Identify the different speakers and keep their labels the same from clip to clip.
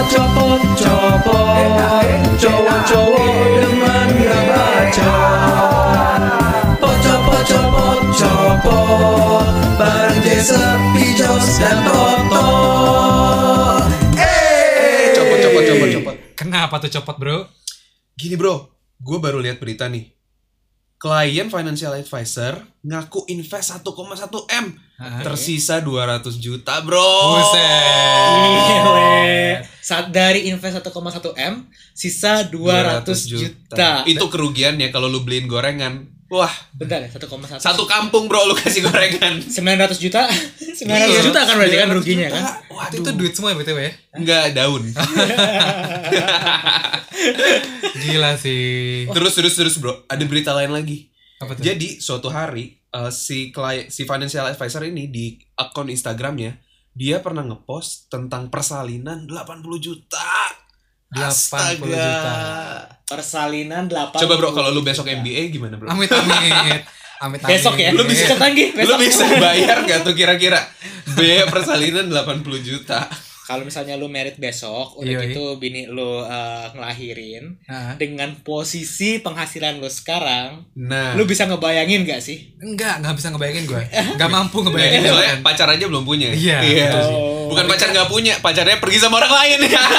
Speaker 1: copot, cowok-cowok demen ngebaca. Pocot, bareng Jason, Pijos, dan Toto.
Speaker 2: Copot. Kenapa tuh copot, bro?
Speaker 3: Gini bro, gue baru lihat berita nih. Klien financial advisor ngaku invest 1,1 M. Tersisa 200 juta bro.
Speaker 4: Gile. Saat dari invest 1,1 M, sisa 200 juta.
Speaker 3: Itu kerugiannya kalau lu beliin gorengan. Wah,
Speaker 4: bentar ya, 1,1.
Speaker 3: satu kampung bro lu kasih gorengan.
Speaker 4: 900 juta. 900 juta kan berarti kan ruginya kan?
Speaker 2: Waduh. Itu duit semua ya BTW ya?
Speaker 3: Enggak, daun.
Speaker 2: Gila sih.
Speaker 3: Terus bro, ada berita lain lagi.
Speaker 2: Apa tuh?
Speaker 3: Jadi suatu hari si financial advisor ini di akun Instagramnya dia pernah ngepost tentang persalinan 80 juta.
Speaker 2: 80 juta.
Speaker 4: Persalinan 80.
Speaker 3: Coba bro, kalau lu besok MBA gimana bro?
Speaker 2: Amit.
Speaker 4: Besok ya?
Speaker 3: Lu bisa
Speaker 4: canggih.
Speaker 3: Lu bisa bayar gak tuh kira-kira biaya persalinan 80 juta?
Speaker 4: Kalau misalnya lu merit besok, udah gitu bini lu ngelahirin dengan posisi penghasilan lu sekarang, lu bisa ngebayangin gak sih?
Speaker 2: Enggak bisa ngebayangin gue. Enggak mampu ngebayangin.
Speaker 3: Soalnya pacar aja belum punya.
Speaker 2: Iya.
Speaker 3: Bukan pacar gak punya, pacarnya pergi sama orang lain.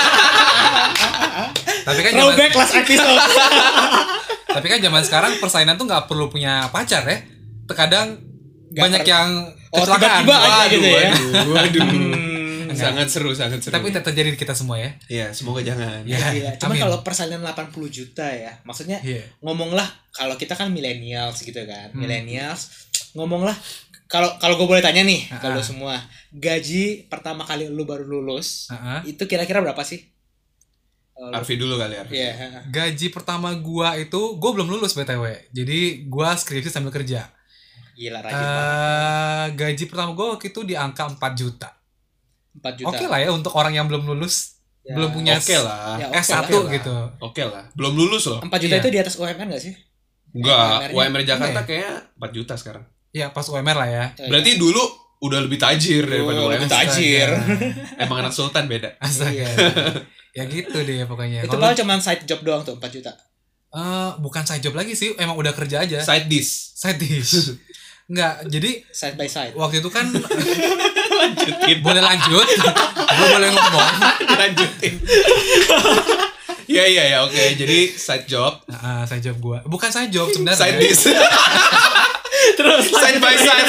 Speaker 2: Tapi kan
Speaker 4: throwback kelas episode.
Speaker 2: Tapi kan zaman sekarang persaingan tuh nggak perlu punya pacar ya. Terkadang banyak yang kecelakaan.
Speaker 4: Tiba-tiba aja gitu ya.
Speaker 3: Waduh. Sangat seru.
Speaker 2: Tapi tetap terjadi di kita semua ya.
Speaker 3: Iya, semoga jangan.
Speaker 4: Ya, cuman kalau persalinan 80 juta ya, maksudnya ngomonglah kalau kita kan millennials gitu kan. Millennials ngomonglah kalau gue boleh tanya nih, kalau semua gaji pertama kali lu baru lulus, itu kira-kira berapa sih?
Speaker 3: Arfi dulu kali Arfi.
Speaker 2: Gaji pertama gua itu, gua belum lulus BTW. Jadi gua skripsi sambil kerja.
Speaker 4: Gila, rajin banget.
Speaker 2: Gaji pertama gua waktu itu di angka 4 juta.
Speaker 4: 4 juta.
Speaker 2: Oke lah ya untuk orang yang belum lulus, belum punya S1 gitu.
Speaker 3: Oke lah. Belum lulus loh.
Speaker 4: 4 juta itu di atas UMR enggak sih?
Speaker 3: Enggak, UMR Jakarta kayaknya 4 juta sekarang.
Speaker 2: Iya, pas UMR lah ya.
Speaker 3: Berarti dulu udah lebih tajir daripada UMR.
Speaker 4: Lebih tajir.
Speaker 3: Emang anak sultan beda.
Speaker 2: Astaga. Ya gitu deh pokoknya.
Speaker 4: Itu malah cuma side job doang tuh 4 juta.
Speaker 2: Bukan side job lagi sih, emang udah kerja aja.
Speaker 3: Side dish.
Speaker 2: Enggak, jadi
Speaker 4: side by side.
Speaker 2: Waktu itu kan
Speaker 3: lanjutin.
Speaker 2: Boleh lanjut? Gue boleh ngomong.
Speaker 3: Lanjutin. Iya, oke. Jadi side job.
Speaker 2: Side job gue. Bukan side job sebenarnya.
Speaker 3: Side dish.
Speaker 4: Terus
Speaker 3: side by side.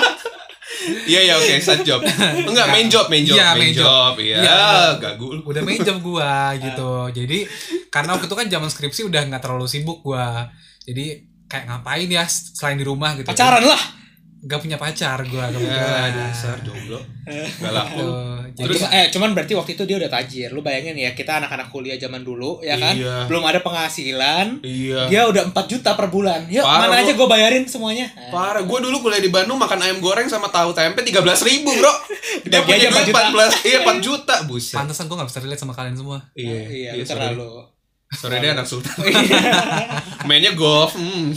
Speaker 3: Iya, oke, side job. Enggak, main job.
Speaker 2: Iya, main job.
Speaker 3: Iya, gagu.
Speaker 2: Udah main job gua gitu. Jadi karena waktu itu kan zaman skripsi udah enggak terlalu sibuk gua. Jadi kayak ngapain ya selain di rumah gitu.
Speaker 4: Pacaran lah.
Speaker 2: Gak punya pacar gua kebetulan.
Speaker 3: Dasar jomblo. Gak laku.
Speaker 4: Terus cuman berarti waktu itu dia udah tajir. Lu bayangin ya, kita anak-anak kuliah zaman dulu ya kan, belum ada penghasilan. Dia udah 4 juta per bulan. Yuk, mana aja gue bayarin semuanya.
Speaker 3: Parah, gue dulu kuliah di Bandung makan ayam goreng sama tahu tempe 13.000 bro. Dia punya duit 4 juta. Buset.
Speaker 2: Pantesan gue gak bisa relate sama kalian semua.
Speaker 4: Iya, terlalu.
Speaker 3: Sore dia anak sultan. Mainnya golf.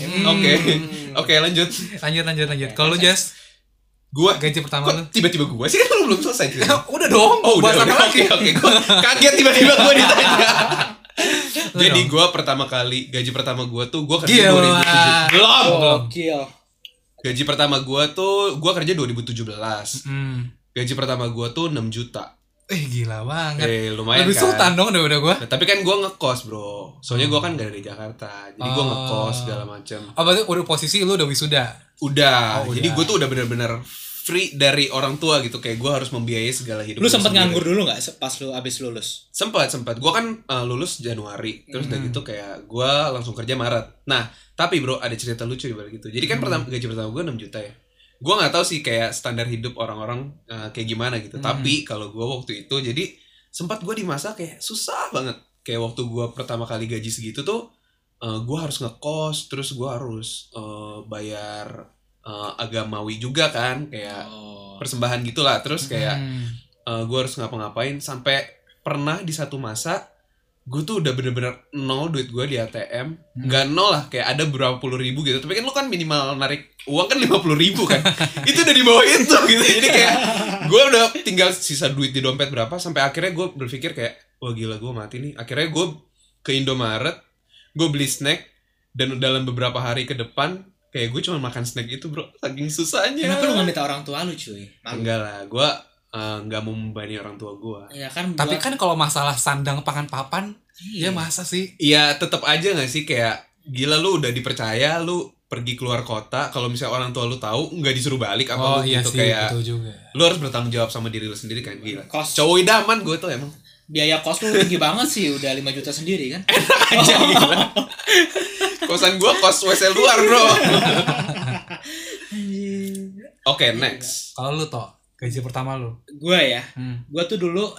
Speaker 3: Oke, lanjut.
Speaker 2: Kalau lu Jas,
Speaker 3: gua
Speaker 2: gaji pertama lu
Speaker 3: tiba-tiba gua sih kan lu belum selesai cerita.
Speaker 2: Udah dong.
Speaker 3: Udah lagi. Oke. Gua kaget tiba-tiba gua ditanya. Jadi gua pertama kali gaji pertama gua tuh gua kerja 2007. Belum. Gaji pertama gua tuh gua kerja 2017. Gaji pertama gua tuh 6 juta.
Speaker 2: Gila banget.
Speaker 3: Lumayan
Speaker 2: lebih
Speaker 3: kan.
Speaker 2: sultan dong udah gua.
Speaker 3: Nah, tapi kan gua ngekos bro. Soalnya gua kan gak dari Jakarta. Jadi gua ngekos segala macam.
Speaker 2: Berarti udah posisi lu udah wisuda?
Speaker 3: Udah. Jadi gua tuh udah bener-bener free dari orang tua gitu. Kayak gua harus membiayai segala hidup.
Speaker 4: Lu sempet nganggur dulu gak pas lu abis lulus?
Speaker 3: Sempat. Gua kan lulus Januari. Terus udah gitu kayak gua langsung kerja Maret. Nah tapi bro ada cerita lucu di balik itu. Jadi kan gaji pertama gua 6 juta ya. Gue nggak tahu sih kayak standar hidup orang-orang kayak gimana gitu. Tapi kalau gue waktu itu jadi sempat gue di masa kayak susah banget. Kayak waktu gue pertama kali gaji segitu tuh gue harus ngekos, terus gue harus bayar agamawi juga kan, kayak persembahan gitulah. Terus kayak gue harus ngapa-ngapain sampai pernah di satu masa gue tuh udah bener-bener nol duit gue di ATM. Nggak nol lah, kayak ada berapa puluh ribu gitu. Tapi kan lu kan minimal narik uang kan 50.000 kan. Itu udah di bawah itu gitu. Jadi kayak gue udah tinggal sisa duit di dompet berapa. Sampai akhirnya gue berpikir kayak wah gila gue mati nih. Akhirnya gue ke Indomaret, gue beli snack, dan dalam beberapa hari ke depan kayak gue cuma makan snack itu bro, saking susahnya.
Speaker 4: Kenapa lu gak minta orang tua lu cuy?
Speaker 3: Enggak lah, gue nggak mau membebani orang tua gue.
Speaker 4: Ya kan.
Speaker 2: Tapi kan kalau masalah sandang pangan papan, ya masa sih?
Speaker 3: Iya tetap aja nggak sih, kayak gila lu udah dipercaya, lu pergi keluar kota, kalau misalnya orang tua lu tahu nggak disuruh balik apa lu
Speaker 2: iya
Speaker 3: gitu,
Speaker 2: sih,
Speaker 3: kayak
Speaker 2: betul juga.
Speaker 3: lu harus bertanggung jawab sama diri lu sendiri kan. Gila,
Speaker 4: Kos.
Speaker 3: cowok idaman gue tuh emang.
Speaker 4: Biaya kos lu tinggi banget sih, udah 5 juta sendiri kan.
Speaker 3: Aja gila. Kosan gue kos WC luar bro. Oke, next.
Speaker 2: Kalau lu toh, gaji pertama lu?
Speaker 4: Gue ya, gue tuh dulu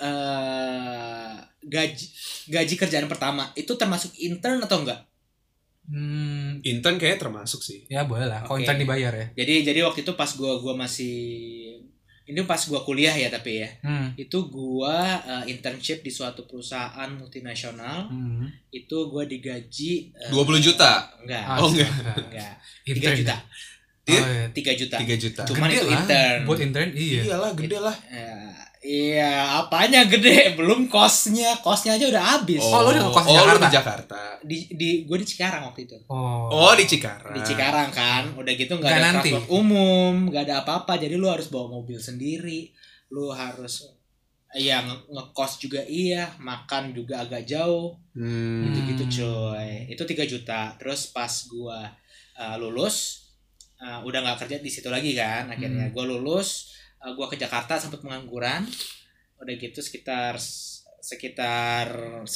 Speaker 4: gaji kerjaan pertama itu termasuk intern atau enggak?
Speaker 3: Intern kayaknya termasuk sih.
Speaker 2: Ya boleh lah, kalau
Speaker 4: Oke.
Speaker 2: intern dibayar ya.
Speaker 4: Jadi waktu itu pas gua masih, ini pas gua kuliah ya tapi ya, itu gua internship di suatu perusahaan multinasional. Itu gua digaji
Speaker 3: 20 juta?
Speaker 4: Enggak.
Speaker 3: Oh, enggak.
Speaker 4: Enggak. 3
Speaker 2: Intern.
Speaker 4: juta.
Speaker 3: Iya?
Speaker 2: Oh, iya.
Speaker 4: 3 juta.
Speaker 3: 3 juta.
Speaker 4: Cuman
Speaker 2: Gede
Speaker 4: itu
Speaker 2: lah,
Speaker 4: intern.
Speaker 2: buat intern iya.
Speaker 3: Iyalah, gede lah.
Speaker 4: Iya, apanya gede? Belum kosnya aja udah habis.
Speaker 2: Oh, lu di kos
Speaker 3: lu
Speaker 2: Jakarta?
Speaker 3: di Jakarta.
Speaker 4: Gue di Cikarang waktu itu.
Speaker 3: Oh, di Cikarang.
Speaker 4: Di Cikarang kan, udah gitu nggak
Speaker 2: Nggak
Speaker 4: ada
Speaker 2: nanti.
Speaker 4: transport umum, nggak ada apa-apa, jadi lu harus bawa mobil sendiri, lu harus ya ngekos juga iya, makan juga agak jauh, gitu cuy. Itu 3 juta. Terus pas gua lulus, udah nggak kerja di situ lagi kan, akhirnya gua lulus, gua ke Jakarta sempat pengangguran, udah gitu sekitar 2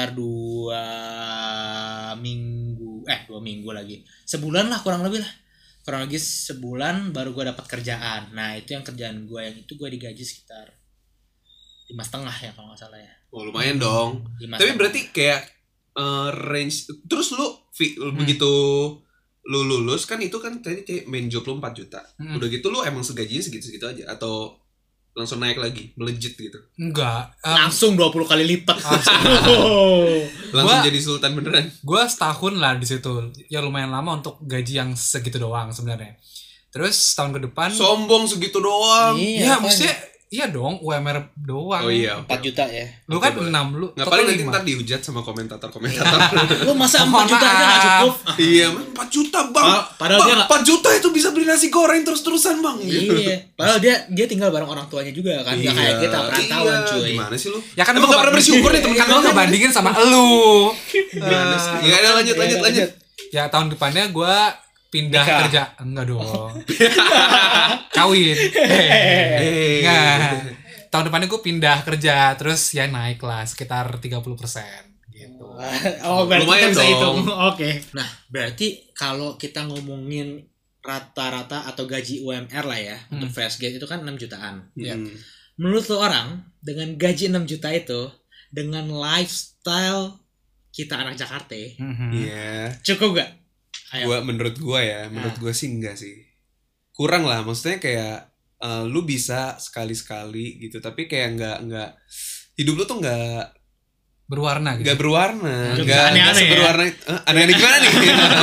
Speaker 4: minggu 2 minggu lagi, sebulan lah kurang lebih sebulan baru gue dapat kerjaan. Nah itu yang kerjaan gue, yang itu gue digaji sekitar 5,5 ya kalau nggak salah ya.
Speaker 3: Oh, lumayan dong.
Speaker 4: 5,5.
Speaker 3: Tapi berarti kayak range, terus lu begitu lu lulus kan, itu kan tadi kayak main job lu 4 juta. Udah gitu lu emang segajinya segitu-segitu aja atau langsung naik lagi, melejit gitu?
Speaker 2: Enggak.
Speaker 4: Langsung 20 kali lipat.
Speaker 3: Langsung jadi sultan beneran.
Speaker 2: Gue setahun lah di situ. Ya lumayan lama untuk gaji yang segitu doang sebenarnya. Terus tahun ke depan
Speaker 3: Sombong segitu doang.
Speaker 2: ya maksudnya iya dong, UMR doang.
Speaker 3: Oh iya.
Speaker 4: 4 juta ya.
Speaker 2: Lu kan
Speaker 3: Oke,
Speaker 2: 6 lu.
Speaker 3: Nggak,
Speaker 2: total
Speaker 3: paling nanti
Speaker 2: 5.
Speaker 3: ntar dihujat sama komentator-komentator.
Speaker 4: Lu masa 4
Speaker 2: Mohon
Speaker 4: juta aja nggak
Speaker 2: maaf.
Speaker 4: cukup?
Speaker 3: Iya, 4 juta bang.
Speaker 4: Padahal
Speaker 3: Bang,
Speaker 4: dia nggak.
Speaker 3: 4 juta itu bisa beli nasi goreng terus-terusan bang.
Speaker 4: Iya. Padahal dia tinggal bareng orang tuanya juga kan. Nggak kayak kita perantauan
Speaker 3: Iya.
Speaker 4: cuy.
Speaker 3: Gimana sih lu?
Speaker 2: Ya kan
Speaker 3: Emang
Speaker 2: gua
Speaker 3: nggak pernah bersyukur nih
Speaker 2: Kan
Speaker 3: temen-temen
Speaker 2: gue
Speaker 3: lu?
Speaker 2: ngebandingin sama elu.
Speaker 3: Gimana sih? Ya udah, lanjut.
Speaker 2: Ya tahun depannya gue pindah
Speaker 4: Nikah.
Speaker 2: kerja. Enggak dong. Kawin.
Speaker 3: Hey.
Speaker 2: Enggak. Tahun depannya gue pindah kerja. Terus ya naik lah sekitar 30% gitu.
Speaker 4: Oh, berarti
Speaker 3: Lumayan
Speaker 4: kita bisa
Speaker 3: dong.
Speaker 4: hitung. Oke. Nah, berarti kalau kita ngomongin rata-rata atau gaji UMR lah ya, untuk fresh grade itu kan 6 jutaan.
Speaker 2: Ya.
Speaker 4: Menurut lo orang dengan gaji 6 juta itu, dengan lifestyle kita anak Jakarta,
Speaker 3: Iya.
Speaker 4: cukup gak? Ayo.
Speaker 3: Menurut gua sih enggak sih. Kurang lah, maksudnya kayak lu bisa sekali-sekali gitu, tapi kayak enggak hidup lu tuh enggak
Speaker 2: Berwarna gitu.
Speaker 3: Gak berwarna,
Speaker 4: Gak
Speaker 3: gak
Speaker 4: aneh-aneh ya?
Speaker 3: seberwarna itu. Aneh-aneh gimana nih?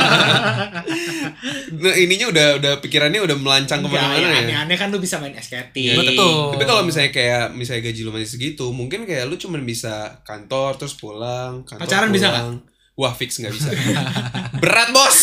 Speaker 3: Nah, ininya udah pikirannya udah melancang
Speaker 4: Enggak,
Speaker 3: kemana-mana ya.
Speaker 4: aneh-aneh kan lu bisa main skating.
Speaker 2: Betul.
Speaker 3: Tapi kalau misalnya gaji lu masih segitu, mungkin kayak lu cuma bisa kantor terus pulang, kantor
Speaker 4: Pacaran
Speaker 3: pulang.
Speaker 4: bisa nggak?
Speaker 3: Wah, fix nggak bisa. Berat bos.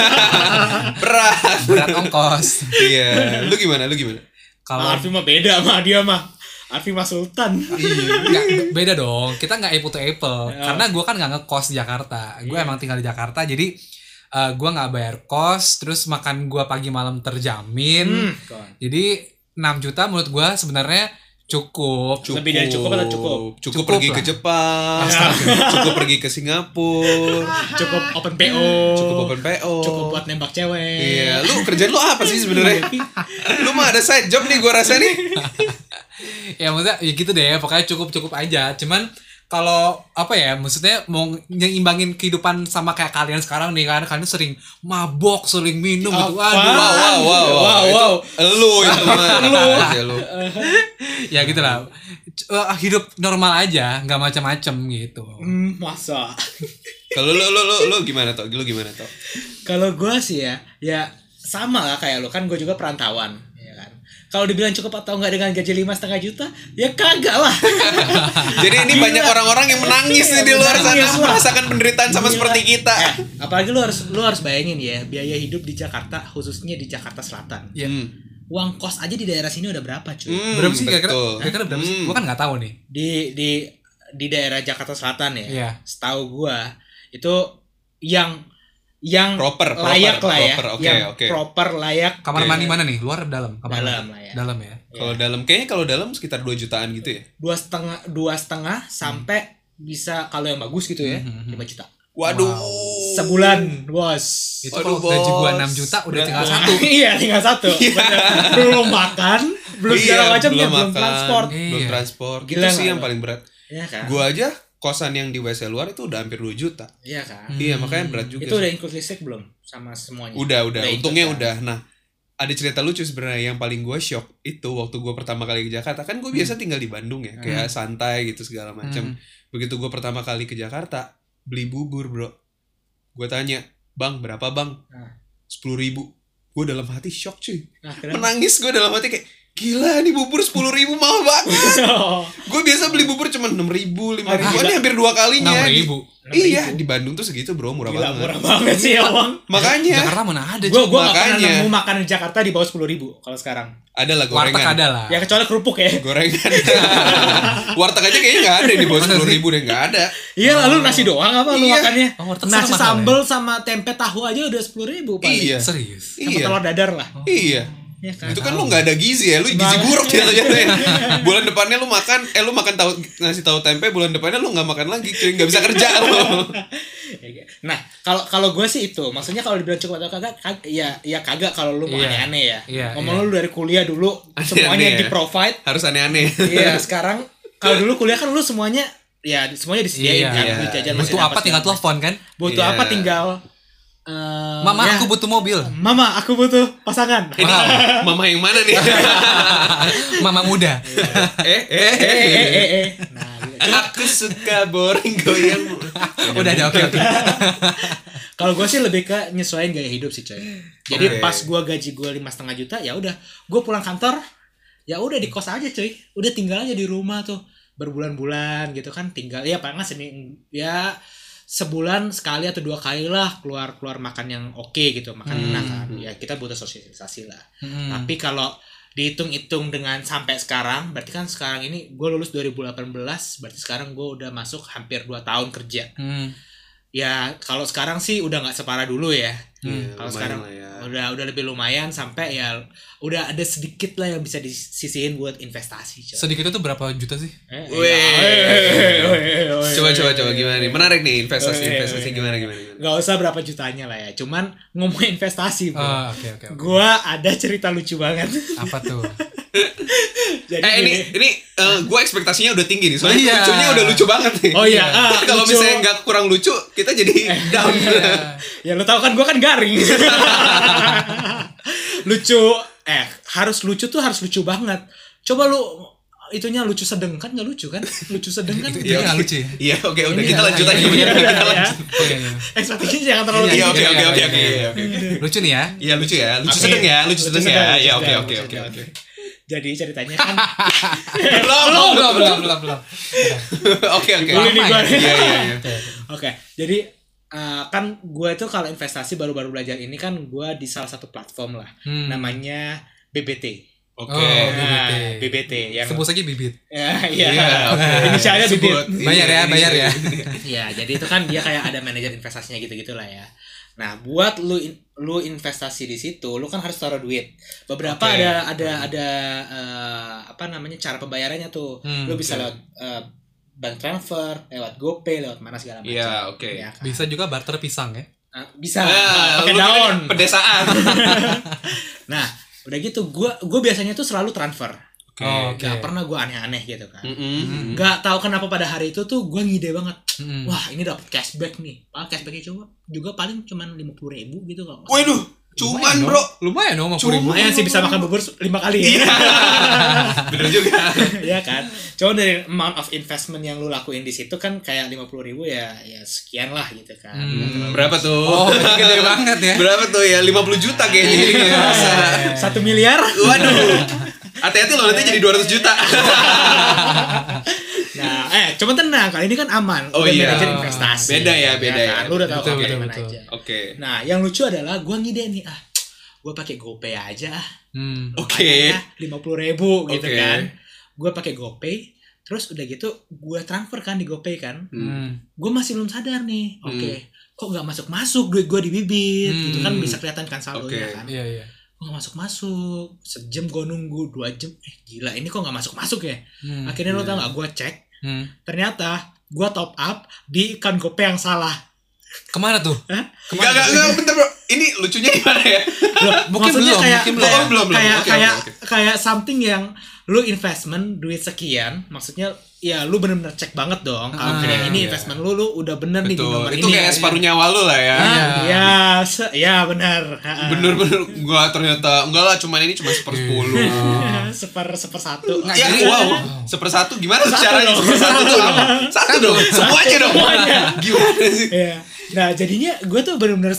Speaker 2: Berat ongkos.
Speaker 3: Iya. Lu gimana?
Speaker 2: Kalau
Speaker 4: Arfi mah beda sama dia mah. Arfi mah sultan.
Speaker 2: nggak, beda dong, kita nggak apple to apple karena gue kan nggak ngekos di Jakarta, gue emang tinggal di Jakarta, jadi gue nggak bayar kos, terus makan gue pagi malam terjamin, jadi 6 juta menurut gue sebenarnya cukup.
Speaker 4: Lebih dari cukup atau cukup?
Speaker 3: Cukup
Speaker 2: Cukup
Speaker 3: pergi
Speaker 2: lah.
Speaker 3: ke Jepang, cukup pergi ke Singapura,
Speaker 4: Cukup open PO.
Speaker 3: cukup open PO,
Speaker 4: Cukup buat nembak cewek.
Speaker 3: Iya, lu kerjaan lu apa sih sebenarnya? Lu mah ada side job nih, gua rasa nih.
Speaker 2: Ya maksudnya ya gitu deh, pokoknya cukup aja. Cuman kalau apa ya, maksudnya mau nyimbangin kehidupan sama kayak kalian sekarang nih kan, kalian sering mabok, sering minum gitu. Aduh,
Speaker 3: Wow. Lu itu mah. Lu.
Speaker 2: ya gitulah. Hidup normal aja, nggak macam-macam gitu.
Speaker 4: Masa.
Speaker 3: Kalau lu gimana toh?
Speaker 4: Kalau gue sih ya sama lah kayak lo kan, gue juga perantauan, ya kan. kalau dibilang cukup atau enggak dengan gaji 5,5 juta, ya kagak lah.
Speaker 3: Jadi ini banyak orang-orang yang menangis nih di luar sana merasakan penderitaan sama seperti kita.
Speaker 4: Apalagi lu harus bayangin ya, biaya hidup di Jakarta, khususnya di Jakarta Selatan. Uang kos aja di daerah sini udah berapa, cuy?
Speaker 2: Berapa sih kira-kira berapa sih? Gua kan nggak tahu nih.
Speaker 4: Di daerah Jakarta Selatan ya.
Speaker 2: Iya.
Speaker 4: Setahu gua itu yang
Speaker 3: proper
Speaker 4: layak lah ya.
Speaker 3: Oke.
Speaker 4: Proper layak.
Speaker 2: Kamar mandi mana nih? Luar atau dalam?
Speaker 4: Dalam lah ya.
Speaker 2: Dalam ya.
Speaker 3: Kalau dalam sekitar 2 jutaan gitu ya.
Speaker 4: 2,5 sampai bisa kalau yang bagus gitu ya 5 juta.
Speaker 3: Waduh.
Speaker 4: Sebulan, bos.
Speaker 2: Itu kalau gaji gua 6 juta udah tinggal 1.
Speaker 4: Iya, tinggal 1. Belum makan, belum segala macamnya, belum transport.
Speaker 3: Belum transport.
Speaker 4: Gila
Speaker 3: Itu sih
Speaker 4: gak
Speaker 3: yang
Speaker 4: lo?
Speaker 3: paling berat.
Speaker 4: Iya kan?
Speaker 3: Gua aja kosan yang di WC luar itu udah hampir 2 juta.
Speaker 4: Iya kan?
Speaker 3: Iya, makanya berat juga.
Speaker 4: Itu udah include listrik belum sama semuanya?
Speaker 3: Udah. Untungnya
Speaker 4: include,
Speaker 3: udah. Nah, ada cerita lucu sebenarnya yang paling gue shock itu waktu gue pertama kali ke Jakarta. Kan gue biasa tinggal di Bandung ya, kayak santai gitu segala macam. Begitu gue pertama kali ke Jakarta, beli bubur, bro. Gue tanya, "Bang, berapa, Bang?" 10.000. Gue dalam hati shock, cuy. Menangis gue dalam hati kayak, gila nih bubur 10.000 mahal banget. Gue biasa beli bubur cuma 6.000, 5.000. Ini hampir 2 kalinya.
Speaker 2: 6.000.
Speaker 3: Iya, di Bandung tuh segitu, bro, murah banget.
Speaker 4: Murah banget sih ya, Bang.
Speaker 3: Makanya
Speaker 2: Jakarta mana ada?
Speaker 4: Gue gak pernah
Speaker 3: Makanya.
Speaker 4: nemu makan di Jakarta di bawah 10.000 kalau sekarang.
Speaker 3: ada lah
Speaker 2: Warteg
Speaker 3: gorengan.
Speaker 2: ada lah.
Speaker 4: Ya kecuali kerupuk ya.
Speaker 3: Gorengan. Warteg aja kayaknya nggak ada di bawah 10.000 deh, nggak ada.
Speaker 4: Iya, lalu nasi doang apa lu
Speaker 3: Iya.
Speaker 4: makannya?
Speaker 2: Oh, warteg
Speaker 4: Nasi
Speaker 2: mahal
Speaker 4: sambel sama tempe tahu aja udah 10.000 paling.
Speaker 3: Iya.
Speaker 2: Serius.
Speaker 4: Sama
Speaker 3: Iya.
Speaker 4: telur dadar lah.
Speaker 3: Iya.
Speaker 4: Ya kan?
Speaker 3: Itu kan lu nggak ada gizi ya, lu gizi buruk jatuhnya. Bulan depannya lu makan tahu nasi tahu tempe, bulan depannya lu nggak makan lagi, cuy, nggak bisa kerja lu.
Speaker 4: Nah, kalau gue sih itu, maksudnya kalau dibilang cukup atau kagak, ya kagak kalau lu mau
Speaker 2: Iya.
Speaker 4: aneh-aneh ya.
Speaker 2: Iya,
Speaker 4: Ngomong lu dari kuliah dulu
Speaker 3: Aneh-aneh
Speaker 4: semuanya
Speaker 3: ya.
Speaker 4: di provide.
Speaker 3: Harus aneh-aneh.
Speaker 4: Iya, sekarang kalau dulu kuliah kan lu semuanya semuanya disediain kan,
Speaker 3: iya.
Speaker 4: duit jajan masih
Speaker 2: Butuh
Speaker 4: dapat
Speaker 2: apa tinggal
Speaker 4: segala
Speaker 2: telepon kan?
Speaker 4: macam. Butuh
Speaker 3: Iya.
Speaker 4: apa tinggal
Speaker 2: Mama
Speaker 4: ya,
Speaker 2: aku butuh mobil.
Speaker 4: Mama, aku butuh pasangan.
Speaker 3: Ini mama yang mana nih?
Speaker 2: Mama muda.
Speaker 4: Nah, gitu.
Speaker 3: Aku suka boring goyang.
Speaker 2: Udah ada oke.
Speaker 4: Kalau gue sih lebih ke nyesuaiin gaya hidup sih, coy. Jadi
Speaker 3: Oke.
Speaker 4: pas gue gaji gue 5,5 juta, ya udah, gue pulang kantor, ya udah di kos aja, coy. Udah tinggal aja di rumah tuh berbulan-bulan gitu kan, tinggal ya paling nggak ya sebulan sekali atau 2 kali lah keluar makan yang oke gitu, makan enak kan. Ya kita butuh sosialisasi lah. Tapi kalau dihitung-hitung dengan sampai sekarang, berarti kan sekarang ini gue lulus 2018, berarti sekarang gue udah masuk hampir 2 tahun kerja. Ya kalau sekarang sih udah nggak separah dulu ya. Kalau sekarang
Speaker 3: lah ya.
Speaker 4: udah lebih lumayan, sampai ya udah ada sedikit lah yang bisa disisihin buat investasi. Coy.
Speaker 2: Sedikit itu berapa juta sih?
Speaker 3: Coba gimana nih? Menarik nih investasi gimana?
Speaker 4: Gak usah berapa jutanya lah ya, cuman ngomong investasi bro.
Speaker 2: Oke.
Speaker 4: Gua ada cerita lucu banget.
Speaker 2: Apa tuh?
Speaker 4: Jadi
Speaker 3: ini gue ekspektasinya udah tinggi nih, soalnya
Speaker 2: Iya.
Speaker 3: lucunya udah lucu banget nih.
Speaker 4: Oh iya,
Speaker 3: Kalau
Speaker 4: lucu.
Speaker 3: misalnya nggak kurang lucu, kita jadi down.
Speaker 4: Ya lu tahu kan gue kan garing. Lucu harus lucu tuh harus lucu banget. Coba lu itunya lucu sedeng kan nggak lucu kan? Lucu sedeng kan?
Speaker 2: Itu nggak lucu ya?
Speaker 3: Iya, oke, udah
Speaker 4: Ini
Speaker 3: kita
Speaker 4: ya,
Speaker 3: lanjut
Speaker 4: iya,
Speaker 3: aja.
Speaker 4: iya,
Speaker 3: Kita
Speaker 4: iya.
Speaker 3: lanjut.
Speaker 2: Iya.
Speaker 4: Ekspektasinya jangan terlalu
Speaker 3: Iya,
Speaker 4: tinggi.
Speaker 3: oke.
Speaker 2: Lucu nih ya?
Speaker 3: Iya lucu ya, lucu
Speaker 4: Oke.
Speaker 3: sedeng ya, lucu sedeng ya. Iya, oke.
Speaker 4: Oke. Jadi ceritanya kan
Speaker 2: Belum.
Speaker 3: Oke.
Speaker 4: Dulu nih gua.
Speaker 3: Iya.
Speaker 4: Oke, jadi kan gue itu kalau investasi baru-baru belajar ini kan gue di salah satu platform lah, namanya BBT.
Speaker 3: Oke.
Speaker 2: Oh,
Speaker 4: Nah, BBT yang
Speaker 2: Sebut saja bibit.
Speaker 4: Iya,
Speaker 3: oke.
Speaker 4: inisialnya
Speaker 3: Sebut.
Speaker 4: BBT.
Speaker 2: Bayar ya.
Speaker 4: Iya, jadi itu kan dia kayak ada manajer investasinya gitu-gitulah ya. Nah, buat lu investasi di situ, lu kan harus taruh duit. Beberapa
Speaker 3: Oke.
Speaker 4: ada apa namanya cara pembayarannya tuh. Lu bisa lewat bank transfer, lewat GoPay, lewat mana segala macam.
Speaker 3: Iya, oke.
Speaker 4: Ya kan?
Speaker 2: Bisa juga barter pisang ya?
Speaker 4: Bisa
Speaker 3: Lu
Speaker 4: pakai
Speaker 3: kan
Speaker 4: daun.
Speaker 3: pedesaan.
Speaker 4: Nah, udah gitu gue biasanya tuh selalu transfer.
Speaker 2: Oke.
Speaker 4: Gak pernah gue aneh-aneh gitu kan.
Speaker 3: Mm-mm.
Speaker 4: Gak tahu kenapa pada hari itu tuh gue ngide banget.
Speaker 2: Mm-mm.
Speaker 4: Wah, ini dapat cashback nih. Cashbacknya juga paling cuman 50.000 gitu kok.
Speaker 3: Waduh, cuman bro.
Speaker 2: Lumayan dong,
Speaker 4: Lumayan sih bisa makan bubur 5 kali.
Speaker 3: Bener juga.
Speaker 4: Iya kan. Cuma dari amount of investment yang lu lakuin di situ kan kayak 50.000 ya sekian lah gitu kan.
Speaker 3: Berapa tuh?
Speaker 2: Oh, gede banget ya.
Speaker 3: Berapa tuh ya? 50 juta kayaknya.
Speaker 4: 1 miliar.
Speaker 3: Waduh. Hati-hati loh nanti jadi 200 juta.
Speaker 4: Nah, cuma tenang, kali ini kan aman.
Speaker 3: Oh
Speaker 4: Udah
Speaker 3: iya.
Speaker 4: manajer investasi.
Speaker 3: Beda ya.
Speaker 4: Kan? Lu udah tahu
Speaker 2: Betul,
Speaker 4: kayak
Speaker 2: betul,
Speaker 4: gimana
Speaker 2: betul.
Speaker 4: aja.
Speaker 3: Oke.
Speaker 4: Nah, yang lucu adalah gue ngide nih, gue pakai GoPay aja.
Speaker 3: Oke.
Speaker 4: 50.000 gitu
Speaker 3: Oke.
Speaker 4: kan. Gue pakai GoPay, terus udah gitu gue transfer kan di GoPay kan. Gue masih belum sadar nih. Oke. Kok nggak masuk duit gue di bibit gitu kan, bisa kelihatan kan saldonya kan.
Speaker 2: Iya.
Speaker 4: Kok nggak masuk, sejam gue nunggu, 2 jam, gila ini kok nggak masuk ya. Akhirnya lo tau nggak, gue cek, ternyata gue top up di account GoPay yang salah.
Speaker 2: Kemana tuh?
Speaker 3: Enggak, bentar bro. Ini lucunya gimana ya?
Speaker 2: Mungkin
Speaker 4: Maksudnya
Speaker 2: belum,
Speaker 4: kayak,
Speaker 2: mungkin belum.
Speaker 4: kayak,
Speaker 3: Belum.
Speaker 4: kayak,
Speaker 3: Oke,
Speaker 4: kayak,
Speaker 3: oke.
Speaker 4: kayak something yang lu investment duit sekian, maksudnya ya lu bener-bener cek banget dong. Kalau kayak ini
Speaker 3: iya.
Speaker 4: investment lu udah bener nih di
Speaker 3: Betul.
Speaker 4: nomor
Speaker 3: Itu
Speaker 4: ini.
Speaker 3: kayak separuh nyawa lu lah ya.
Speaker 4: Ya benar.
Speaker 3: Bener-bener gua ternyata enggak lah, cuman ini cuma 1/10.
Speaker 4: seper-satu.
Speaker 2: Nggak,
Speaker 3: Ya,
Speaker 2: jadi-
Speaker 3: wow. 1/1 gimana caranya?
Speaker 4: dong.
Speaker 3: 1/1 tuh apa? Satu dong. Semuanya dong. Gimana sih?
Speaker 4: Iya. Nah jadinya gue tuh bener-bener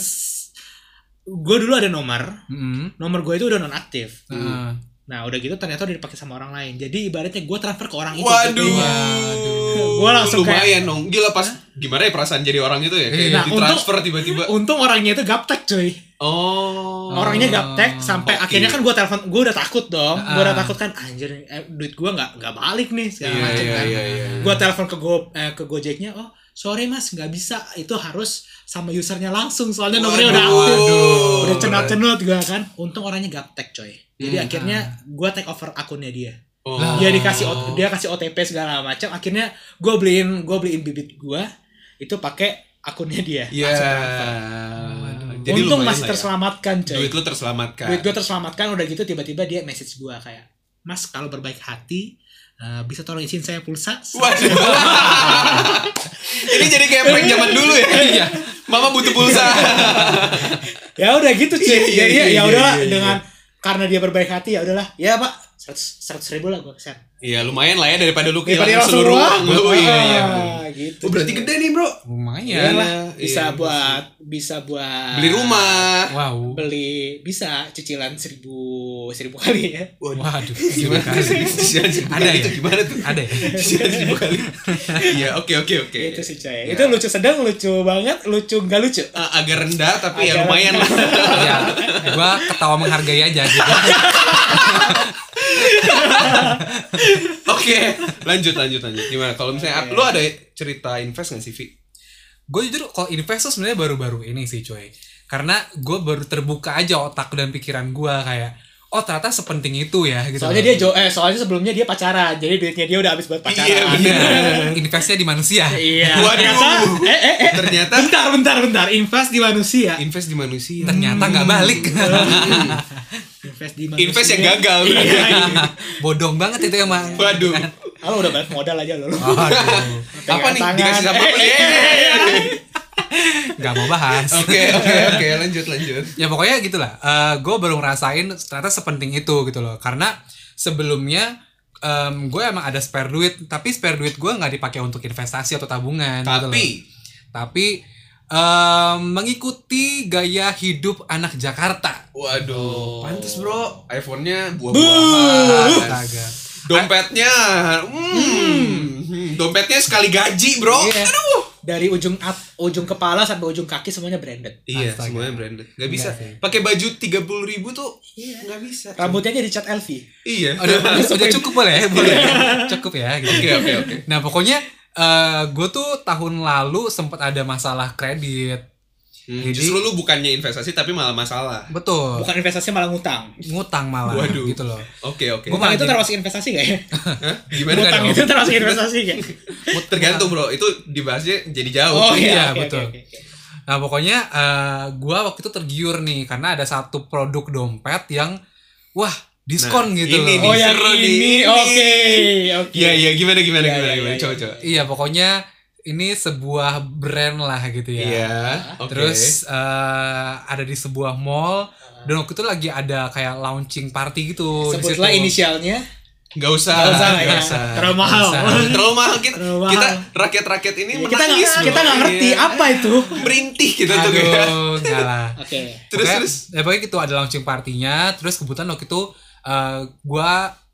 Speaker 4: gue dulu ada nomor gue itu udah nonaktif. Nah udah gitu ternyata udah dipakai sama orang lain. Jadi ibaratnya gue transfer ke orang itu.
Speaker 3: Waduh.
Speaker 4: GoPay-nya. Gua langsung
Speaker 3: lumayan dong. Gila pas gimana ya perasaan jadi orang itu ya? Kayak
Speaker 4: Nah,
Speaker 3: ditransfer tiba-tiba.
Speaker 4: Untung orangnya itu gaptek cuy.
Speaker 3: Oh.
Speaker 4: Orangnya gaptek sampai
Speaker 3: Oke.
Speaker 4: akhirnya kan gue telepon, gue udah takut dong. Gue udah takut kan, anjir duit gue nggak balik nih segala macam kan.
Speaker 3: Iya.
Speaker 4: Gue telepon ke Gojeknya, oh sorry mas nggak bisa, itu harus sama usernya langsung soalnya nomornya udah aktif. Udah cenut-cenut gue kan. Untung orangnya gaptek coy. Jadi akhirnya gue take over akunnya dia.
Speaker 3: Oh.
Speaker 4: Dia kasih OTP segala macam. Akhirnya gue beliin bibit gue itu pakai akunnya dia.
Speaker 3: Iya.
Speaker 4: Langsung transfer.
Speaker 3: Jadi
Speaker 4: Untung
Speaker 3: lumayan
Speaker 4: masih
Speaker 3: lah ya.
Speaker 4: terselamatkan coy.
Speaker 3: Duit lu terselamatkan.
Speaker 4: Duit gue terselamatkan. Udah gitu tiba-tiba dia message gue kayak, mas kalau berbaik hati bisa tolong isiin saya pulsa.
Speaker 3: Waduh. Ini jadi kayak prank zaman dulu ya. Iya. Mama butuh pulsa.
Speaker 4: Ya udah gitu cuy.
Speaker 3: Iya,
Speaker 4: Jadi
Speaker 3: iya,
Speaker 4: ya udahlah
Speaker 3: iya.
Speaker 4: dengan karena dia berbaik hati ya udahlah. Ya pak 100.000 lah gue kesan.
Speaker 3: Iya lumayan lah ya daripada lu
Speaker 4: Daripada
Speaker 3: kehilangan
Speaker 4: langsung
Speaker 3: seluruh
Speaker 4: uang.
Speaker 3: uang lu. Iya.
Speaker 4: Gitu.
Speaker 3: Oh berarti gede nih bro.
Speaker 2: Lumayan.
Speaker 4: Iyalah, bisa
Speaker 3: Iya.
Speaker 4: buat
Speaker 3: Beli rumah.
Speaker 2: Wow.
Speaker 4: beli bisa cicilan 1000 kali ya.
Speaker 2: Waduh.
Speaker 3: Gimana? Cicilan 1000
Speaker 2: Ada
Speaker 3: kali
Speaker 2: ya?
Speaker 3: itu gimana tuh?
Speaker 2: Ada ya?
Speaker 3: Cicilan 1000 kali. Iya oke.
Speaker 4: Itu sih coy.
Speaker 3: Ya.
Speaker 4: Itu lucu sedang, lucu banget, lucu nggak lucu.
Speaker 3: Agak rendah tapi ya
Speaker 4: Agak
Speaker 3: lumayan lah.
Speaker 2: Ya, gue ketawa menghargai aja gitu.
Speaker 3: Oke, lanjut. Gimana? Kalau misalnya lu ada cerita invest nggak sih, Vi?
Speaker 2: Gue jujur kalau invest tuh sebenarnya baru-baru ini sih coy. Karena gue baru terbuka aja otak dan pikiran gue kayak, oh ternyata sepenting itu ya gitu.
Speaker 4: Soalnya sebelumnya dia pacaran, jadi duitnya dia udah habis buat pacaran.
Speaker 3: Iya, bener.
Speaker 2: Investnya di manusia.
Speaker 4: Iya.
Speaker 3: Waduh.
Speaker 4: Ternyata
Speaker 3: Ternyata
Speaker 4: bentar. Invest di manusia.
Speaker 3: invest di manusia.
Speaker 2: Ternyata nggak balik.
Speaker 4: Invest di manusia.
Speaker 3: Invest yang gagal.
Speaker 4: Iya.
Speaker 2: Bodong banget itu emang.
Speaker 3: Waduh.
Speaker 4: Kalau udah balik modal aja lo.
Speaker 2: Aduh.
Speaker 3: Apa nih?
Speaker 4: Tangan.
Speaker 3: Dikasih sama lu?
Speaker 2: Gak mau bahas.
Speaker 3: Oke, lanjut.
Speaker 2: Ya pokoknya gitulah. Gue baru ngerasain ternyata sepenting itu gitu loh. Karena sebelumnya gue emang ada spare duit, tapi spare duit gue nggak dipakai untuk investasi atau tabungan. Gitu loh. Tapi mengikuti gaya hidup anak Jakarta.
Speaker 3: Waduh. Pantes bro. iPhone-nya buah-buahan.
Speaker 2: Astaga.
Speaker 3: Dompetnya, dompetnya sekali gaji bro.
Speaker 4: Iya.
Speaker 3: Aduh.
Speaker 4: Dari ujung kepala sampai ujung kaki semuanya branded.
Speaker 3: Iya,
Speaker 2: Astaga.
Speaker 3: semuanya branded. Gak bisa.
Speaker 2: Enggak sih.
Speaker 3: Pakai baju 30.000 tuh nggak bisa.
Speaker 4: Rambutnya aja dicat LV.
Speaker 3: Iya.
Speaker 2: Udah cukup boleh, boleh. Cukup ya. Gitu.
Speaker 3: Oke.
Speaker 2: Nah pokoknya gue tuh tahun lalu sempat ada masalah kredit. Jadi-
Speaker 3: Justru lu bukannya investasi tapi malah masalah.
Speaker 2: Betul.
Speaker 4: Bukan investasi malah ngutang.
Speaker 2: Ngutang malah.
Speaker 3: Waduh.
Speaker 2: Gitu loh.
Speaker 3: Oke.
Speaker 2: Gua
Speaker 4: Utang
Speaker 2: malah
Speaker 4: itu
Speaker 2: jadi-
Speaker 4: termasuk investasi gak ya?
Speaker 3: Hah? Gimana
Speaker 4: Utang
Speaker 3: dong?
Speaker 4: itu termasuk investasi gak?
Speaker 3: Tergantung bro. Itu dibahasnya jadi jauh.
Speaker 4: Oh
Speaker 2: iya,
Speaker 4: iya, oke,
Speaker 2: betul.
Speaker 4: oke.
Speaker 2: Nah pokoknya gue waktu itu tergiur nih karena ada satu produk dompet yang wah diskon
Speaker 3: Nah,
Speaker 2: gitu
Speaker 3: ini
Speaker 2: loh.
Speaker 3: nih.
Speaker 4: Oh yang
Speaker 3: Seru nih,
Speaker 4: ini,
Speaker 3: ini.
Speaker 4: oke.
Speaker 3: Iya, gimana
Speaker 4: Iya, iya.
Speaker 3: Coba.
Speaker 2: Iya pokoknya ini sebuah brand lah gitu ya.
Speaker 3: Iya. Oke.
Speaker 2: Terus ada di sebuah mall dan waktu itu lagi ada kayak launching party gitu. di
Speaker 4: Sebutlah
Speaker 2: situ.
Speaker 4: inisialnya.
Speaker 3: Nggak usah.
Speaker 4: Nggak usah. Terlalu mahal.
Speaker 3: Terlalu mahal kita.
Speaker 4: Terlalu mahal.
Speaker 3: Kita rakyat-rakyat ini
Speaker 4: Kita
Speaker 3: menangis.
Speaker 4: kita nggak ngerti
Speaker 3: Iya.
Speaker 4: apa itu.
Speaker 3: Merintih kita tuh kayak.
Speaker 2: Aduh, enggak lah.
Speaker 4: Oke.
Speaker 3: Terus.
Speaker 2: Ya pokoknya gitu ada launching partinya. Terus kebetulan waktu itu gue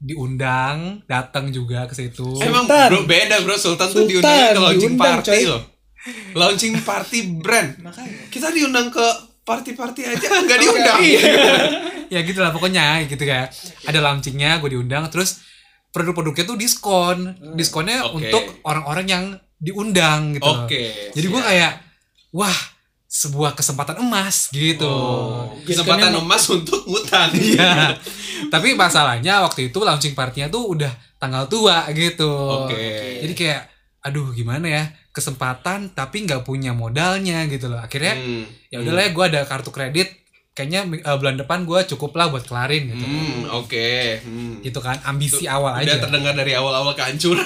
Speaker 2: diundang, datang juga ke situ.
Speaker 3: Emang
Speaker 4: Sultan.
Speaker 3: bro beda bro, Sultan tuh
Speaker 4: Sultan
Speaker 3: diundang ke launching
Speaker 4: diundang,
Speaker 3: party
Speaker 4: coy.
Speaker 3: loh. Launching party brand.
Speaker 4: Makanya.
Speaker 3: Kita diundang ke party-party aja nggak diundang.
Speaker 2: Ya gitu lah pokoknya gitu kayak ada launchingnya, gue diundang, terus produk-produknya tuh diskonnya
Speaker 3: Oke.
Speaker 2: untuk orang-orang yang diundang gitu loh.
Speaker 3: Oke.
Speaker 2: Jadi gue kayak wah, sebuah kesempatan emas gitu.
Speaker 3: Kesempatan emas untuk ngutang.
Speaker 2: Iya. Tapi masalahnya waktu itu launching party-nya tuh udah tanggal tua gitu.
Speaker 3: Oke.
Speaker 2: Jadi kayak aduh gimana ya, kesempatan tapi nggak punya modalnya gitu loh. Akhirnya ya udahlah ya, gue ada kartu kredit, kayaknya bulan depan gue cukup lah buat kelarin gitu.
Speaker 3: Oke.
Speaker 2: Gitu kan, ambisi awal
Speaker 3: Udah
Speaker 2: aja.
Speaker 3: terdengar dari awal-awal kehancuran.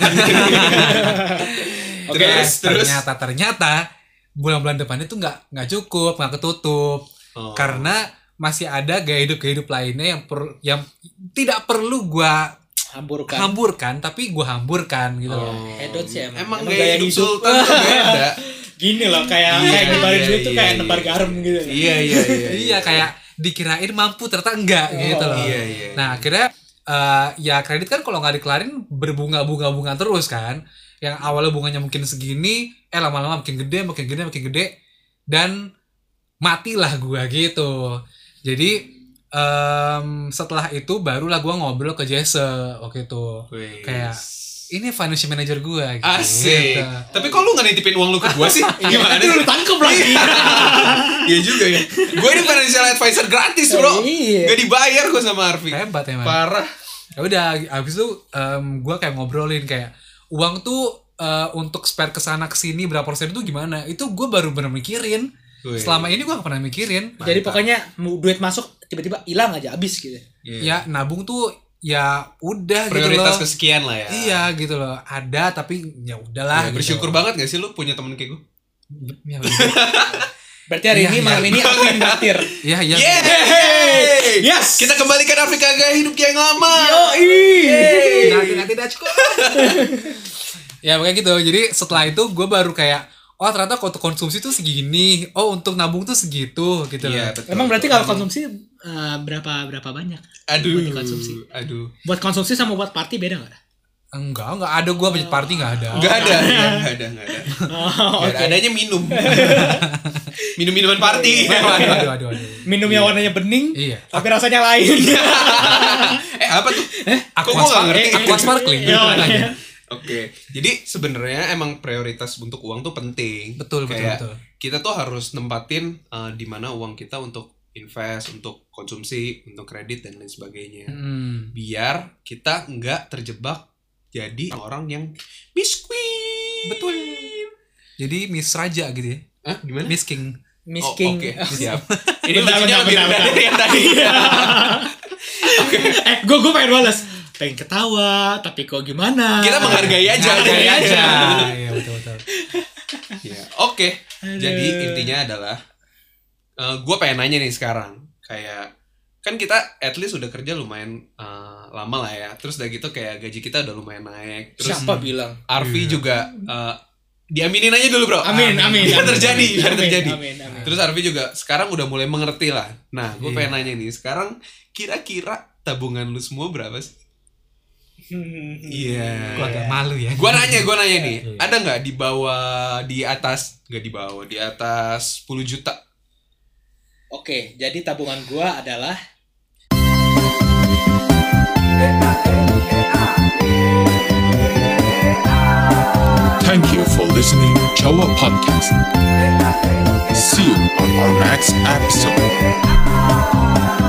Speaker 2: Oke,
Speaker 3: terus.
Speaker 2: ternyata bulan-bulan depannya tuh nggak cukup, nggak ketutup.
Speaker 3: Oh.
Speaker 2: Karena masih ada gaya hidup lainnya yang tidak perlu gua hamburkan, tapi gua hamburkan gitu loh.
Speaker 4: Hedon sih
Speaker 3: Emang gaya hidup Sultan tuh beda.
Speaker 4: Gini loh, kayak
Speaker 3: Iya,
Speaker 4: nyebarin
Speaker 3: iya,
Speaker 4: duit tuh
Speaker 3: iya,
Speaker 4: kayak
Speaker 3: iya.
Speaker 4: nebar garam gitu.
Speaker 3: Iya.
Speaker 2: Iya, kayak dikirain mampu ternyata enggak gitu loh.
Speaker 3: Iya.
Speaker 2: Nah, akhirnya ya kredit kan kalau nggak dikelarin berbunga-bunga terus kan. Yang awalnya bunganya mungkin segini, lama-lama makin gede dan matilah gua gitu. Jadi setelah itu barulah gua ngobrol ke Jesse waktu itu.
Speaker 3: Wih.
Speaker 2: Kayak ini financial manager gua gitu.
Speaker 3: Asik. Tapi kok lu gak nitipin uang lu ke gua sih? Gimana
Speaker 4: Itu
Speaker 3: sih?
Speaker 4: lu tangkep lagi.
Speaker 3: Iya juga ya. Gue ini financial advisor gratis bro.
Speaker 4: Iya.
Speaker 3: Gak dibayar gue sama Arfi.
Speaker 2: Hebat emang.
Speaker 3: Parah.
Speaker 2: Ya udah, abis itu gua kayak ngobrolin kayak uang tuh untuk spare kesana kesini berapa persen itu gimana? Itu gue baru bener mikirin.
Speaker 3: Wih.
Speaker 2: Selama ini gue gak pernah mikirin.
Speaker 4: Jadi pokoknya duit masuk tiba-tiba hilang aja, habis gitu.
Speaker 2: Ya nabung tuh ya udah
Speaker 3: Prioritas
Speaker 2: gitu loh.
Speaker 3: kesekian lah ya.
Speaker 2: Iya gitu loh. Ada tapi ya udahlah.
Speaker 3: Ya, bersyukur banget gak sih lu punya temen kayak gue?
Speaker 2: Ya,
Speaker 4: Berarti hari
Speaker 2: Iya,
Speaker 4: ini
Speaker 2: iya.
Speaker 4: malam ini aku yang traktir.
Speaker 2: ya.
Speaker 3: Yeay!
Speaker 4: Yes.
Speaker 3: Kita kembalikan Arfi ke gaya hidup yang lama.
Speaker 2: Tidak cukup. Ya kayak gitu. Jadi setelah itu gue baru kayak oh ternyata untuk konsumsi tuh segini. Oh untuk nabung tuh segitu gitu
Speaker 3: Iya,
Speaker 2: loh.
Speaker 3: betul.
Speaker 4: Emang berarti kalau konsumsi berapa banyak?
Speaker 3: Aduh.
Speaker 4: buat dikonsumsi?
Speaker 3: Aduh.
Speaker 4: Buat konsumsi sama buat party beda nggak?
Speaker 2: Enggak ada gue budget party enggak ada.
Speaker 3: Gak ada. Gak ada. Adanya minum. Minum-minuman party.
Speaker 2: Waduh.
Speaker 4: Minum yang warnanya bening,
Speaker 2: Iya.
Speaker 4: tapi rasanya lain.
Speaker 3: Apa tuh? Kok gue gak ngerti?
Speaker 2: Aqua sparkling.
Speaker 4: Iya.
Speaker 3: Oke, jadi sebenarnya emang prioritas untuk uang tuh penting.
Speaker 2: Betul.
Speaker 3: Kita tuh harus nempatin di mana uang kita untuk invest, untuk konsumsi, untuk kredit dan lain sebagainya. Biar kita nggak terjebak jadi orang yang miskin.
Speaker 2: Betul. Jadi Miss Raja gitu ya.
Speaker 3: Hah, gimana?
Speaker 2: Miss King.
Speaker 4: Miss
Speaker 3: Oh,
Speaker 4: King.
Speaker 3: Oke, siap. Ini
Speaker 4: Bentar,
Speaker 3: lucunya lebih
Speaker 4: bentar.
Speaker 3: rendah dari yang tadi.
Speaker 4: Gue pengen balas. Pengen ketawa, tapi kok gimana?
Speaker 3: Kita menghargai aja.
Speaker 2: Hargai aja. Iya betul.
Speaker 3: Ya, oke. Jadi intinya adalah gue pengen nanya nih sekarang, kayak kan kita at least udah kerja lumayan lama lah ya. Terus udah gitu kayak gaji kita udah lumayan naik. Terus
Speaker 4: Siapa bilang?
Speaker 3: Arfi juga diaminin aja dulu bro.
Speaker 4: Amin.
Speaker 3: Biar terjadi.
Speaker 4: Amin.
Speaker 3: Terus Arfi juga sekarang udah mulai mengerti lah. Nah, gue pengen nanya nih, sekarang kira-kira tabungan lu semua berapa sih? Iya.
Speaker 2: Gue agak malu ya.
Speaker 3: Gue nanya nih, ada nggak di atas 10 juta?
Speaker 4: Oke, jadi tabungan gua adalah
Speaker 5: Thank you for listening Jawa Podcast. See you on our next episode.